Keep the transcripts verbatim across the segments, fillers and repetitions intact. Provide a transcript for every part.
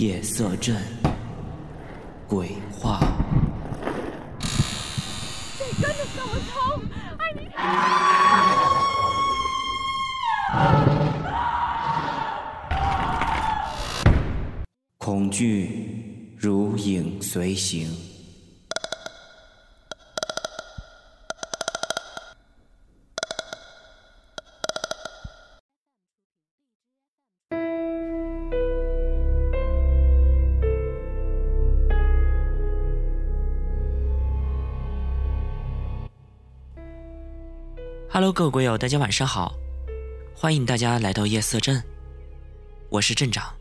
夜色镇鬼话。 这真的这么痛？哎你！ 恐惧如影随形。Hello， 各位鬼友，大家晚上好，欢迎大家来到夜色镇，我是镇长。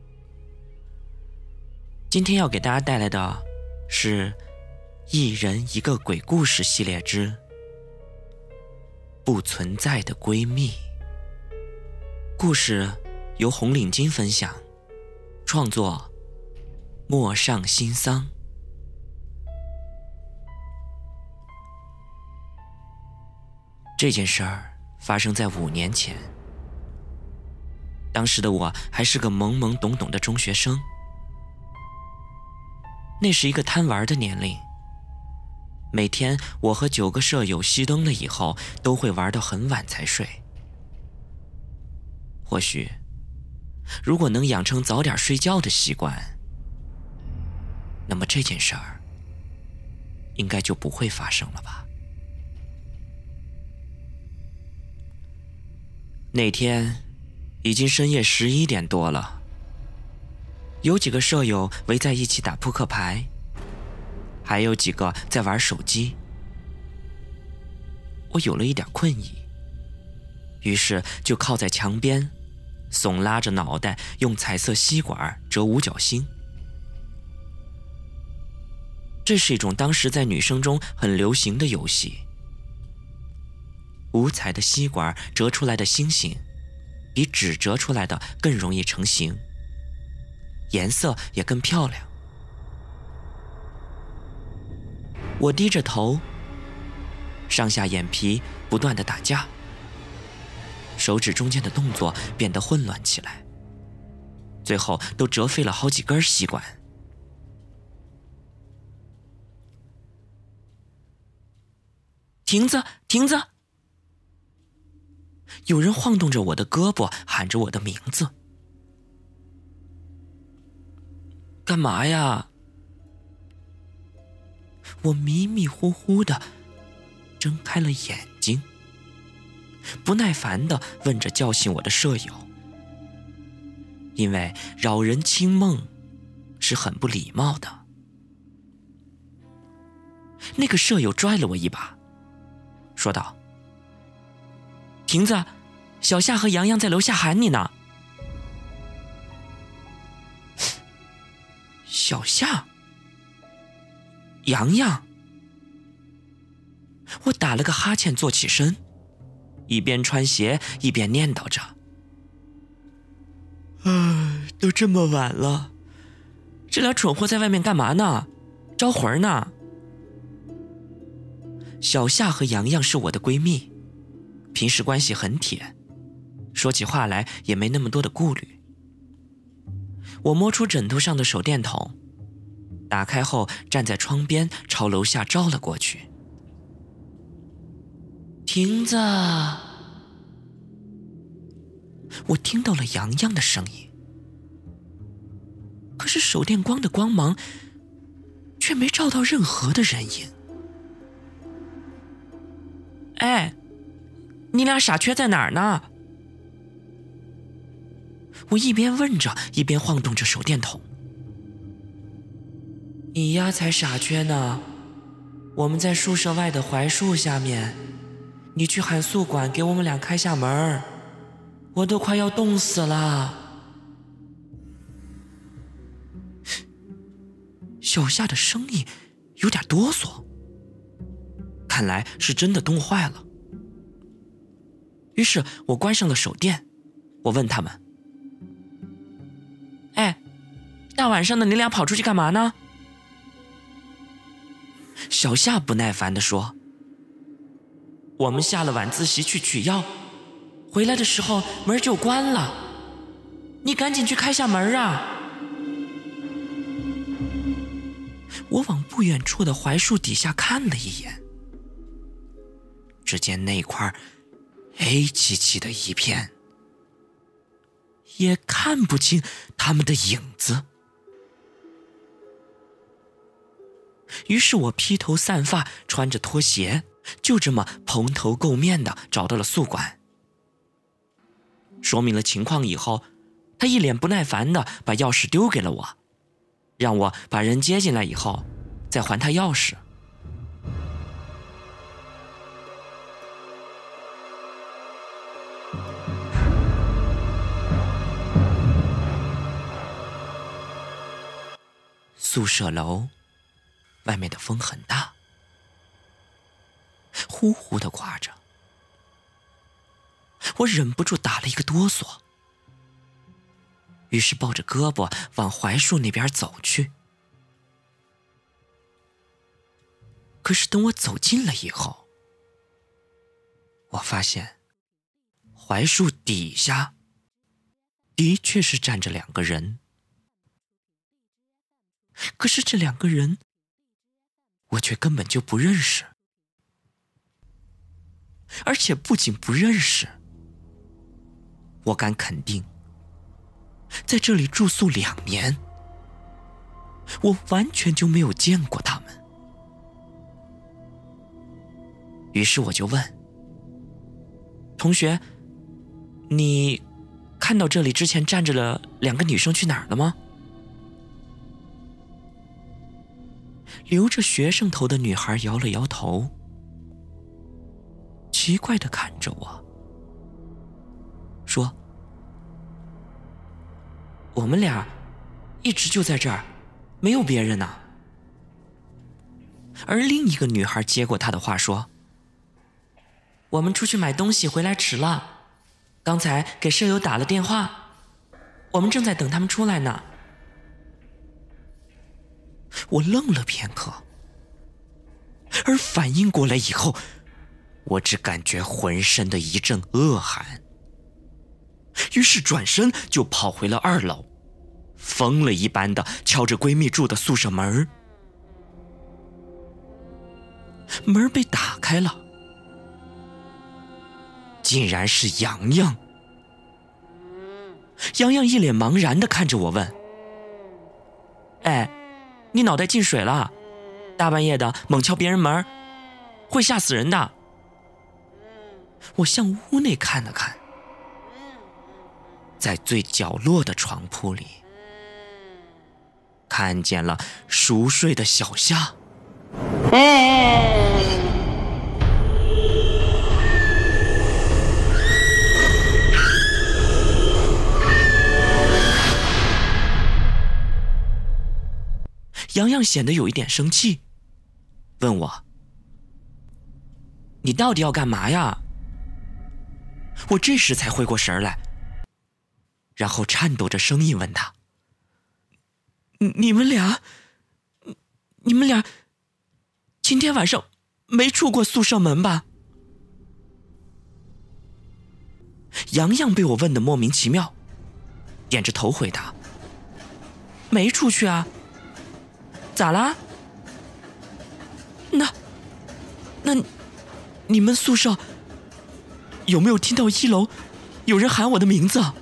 今天要给大家带来的是一人一个鬼故事系列之不存在的闺蜜。故事由红领巾分享，创作陌上新桑。这件事儿发生在五年前，当时的我还是个懵懵懂懂的中学生。那是一个贪玩的年龄，每天我和九个舍友熄灯了以后都会玩到很晚才睡。或许如果能养成早点睡觉的习惯，那么这件事儿应该就不会发生了吧。那天已经深夜十一点多了，有几个舍友围在一起打扑克牌，还有几个在玩手机。我有了一点困意，于是就靠在墙边，耸拉着脑袋，用彩色吸管折五角星。这是一种当时在女生中很流行的游戏。五彩的吸管折出来的星星比纸折出来的更容易成型，颜色也更漂亮。我低着头，上下眼皮不断地打架，手指中间的动作变得混乱起来，最后都折废了好几根吸管。亭子，亭子！有人晃动着我的胳膊，喊着我的名字。干嘛呀？我迷迷糊糊的睁开了眼睛，不耐烦地问着叫醒我的舍友，因为扰人清梦是很不礼貌的。那个舍友拽了我一把，说道：亭子，小夏和洋洋在楼下喊你呢。小夏，洋洋。我打了个哈欠，坐起身，一边穿鞋一边念叨着：唉，都这么晚了，这俩蠢货在外面干嘛呢？招魂呢？小夏和洋洋是我的闺蜜，平时关系很铁，说起话来也没那么多的顾虑。我摸出枕头上的手电筒，打开后站在窗边朝楼下照了过去。亭子，我听到了洋洋的声音，可是手电光的光芒却没照到任何的人影。哎，你俩傻缺在哪儿呢？我一边问着，一边晃动着手电筒。你呀才傻缺呢，我们在宿舍外的槐树下面，你去喊宿管给我们俩开下门，我都快要冻死了。小夏的声音有点哆嗦，看来是真的冻坏了。于是我关上了手电，我问他们：哎，大晚上的你俩跑出去干嘛呢？小夏不耐烦地说：我们下了晚自习去取药，回来的时候门就关了，你赶紧去开下门啊！ 我往不远处的槐树底下看了一眼，只见那块黑漆漆的一片，也看不清他们的影子。于是我披头散发，穿着拖鞋，就这么蓬头垢面的找到了宿管。说明了情况以后，他一脸不耐烦的把钥匙丢给了我，让我把人接进来以后再还他钥匙。宿舍楼外面的风很大，呼呼地刮着，我忍不住打了一个哆嗦，于是抱着胳膊往槐树那边走去。可是等我走近了以后，我发现槐树底下的确是站着两个人，可是这两个人我却根本就不认识，而且不仅不认识，我敢肯定，在这里住宿两年，我完全就没有见过他们。于是我就问同学，你看到这里之前站着了两个女生去哪儿了吗？留着学生头的女孩摇了摇头，奇怪地看着我，说：“我们俩一直就在这儿，没有别人呢。”而另一个女孩接过她的话说：“我们出去买东西回来迟了，刚才给舍友打了电话，我们正在等他们出来呢。”我愣了片刻，而反应过来以后，我只感觉浑身的一阵恶寒，于是转身就跑回了二楼，疯了一般的敲着闺蜜住的宿舍门。门被打开了，竟然是洋洋。洋洋一脸茫然地看着我问：“哎，你脑袋进水了？大半夜的猛敲别人门，会吓死人的。”我向屋内看了看，在最角落的床铺里，看见了熟睡的小夏。洋洋显得有一点生气，问我：“你到底要干嘛呀？”我这时才回过神来，然后颤抖着声音问他：“你们俩，你们俩今天晚上没出过宿舍门吧？”洋洋被我问得莫名其妙，点着头回答：“没出去啊。咋啦？那那你们宿舍有没有听到一楼有人喊我的名字？”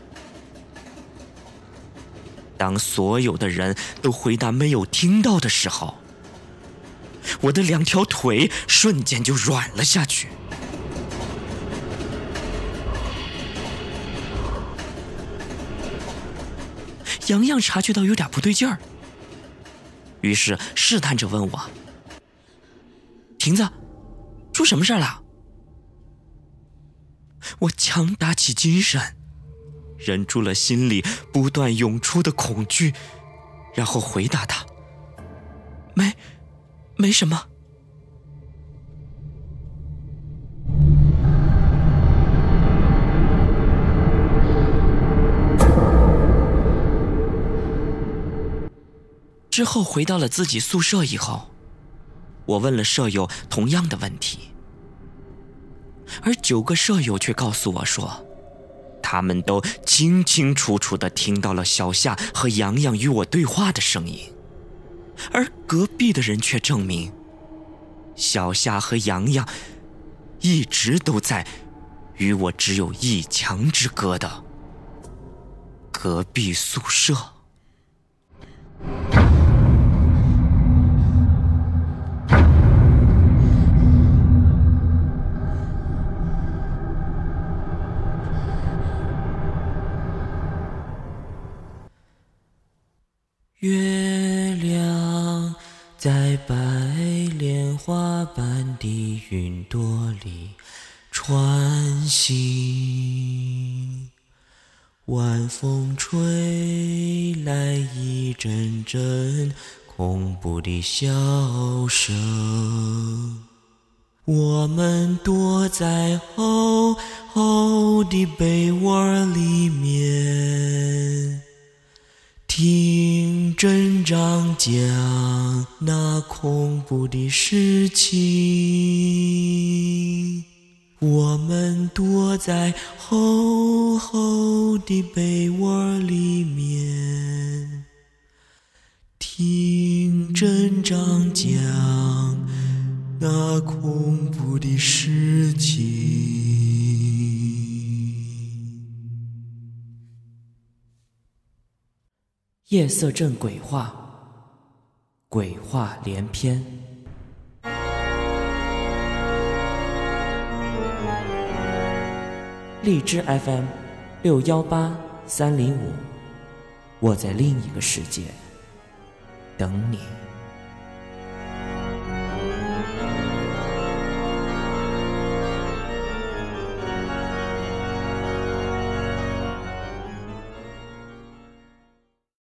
当所有的人都回答没有听到的时候，我的两条腿瞬间就软了下去。洋洋察觉到有点不对劲儿，于是试探着问我：“亭子，出什么事了？”我强打起精神，忍住了心里不断涌出的恐惧，然后回答他：“没，没什么。”之后回到了自己宿舍以后，我问了舍友同样的问题，而九个舍友却告诉我说，他们都清清楚楚地听到了小夏和洋洋与我对话的声音， 而隔壁的人却证明，小夏和洋洋一直都在与我只有一墙之隔的隔壁宿舍。月亮在白莲花般的云朵里穿行，晚风吹来一阵阵恐怖的笑声，我们躲在厚厚的被窝里面，听镇长讲那恐怖的事情，我们躲在厚厚的被窝里面，听镇长讲那恐怖的事情。夜色镇鬼话，鬼话连篇。荔枝 F M 六幺八三零五，我在另一个世界等你。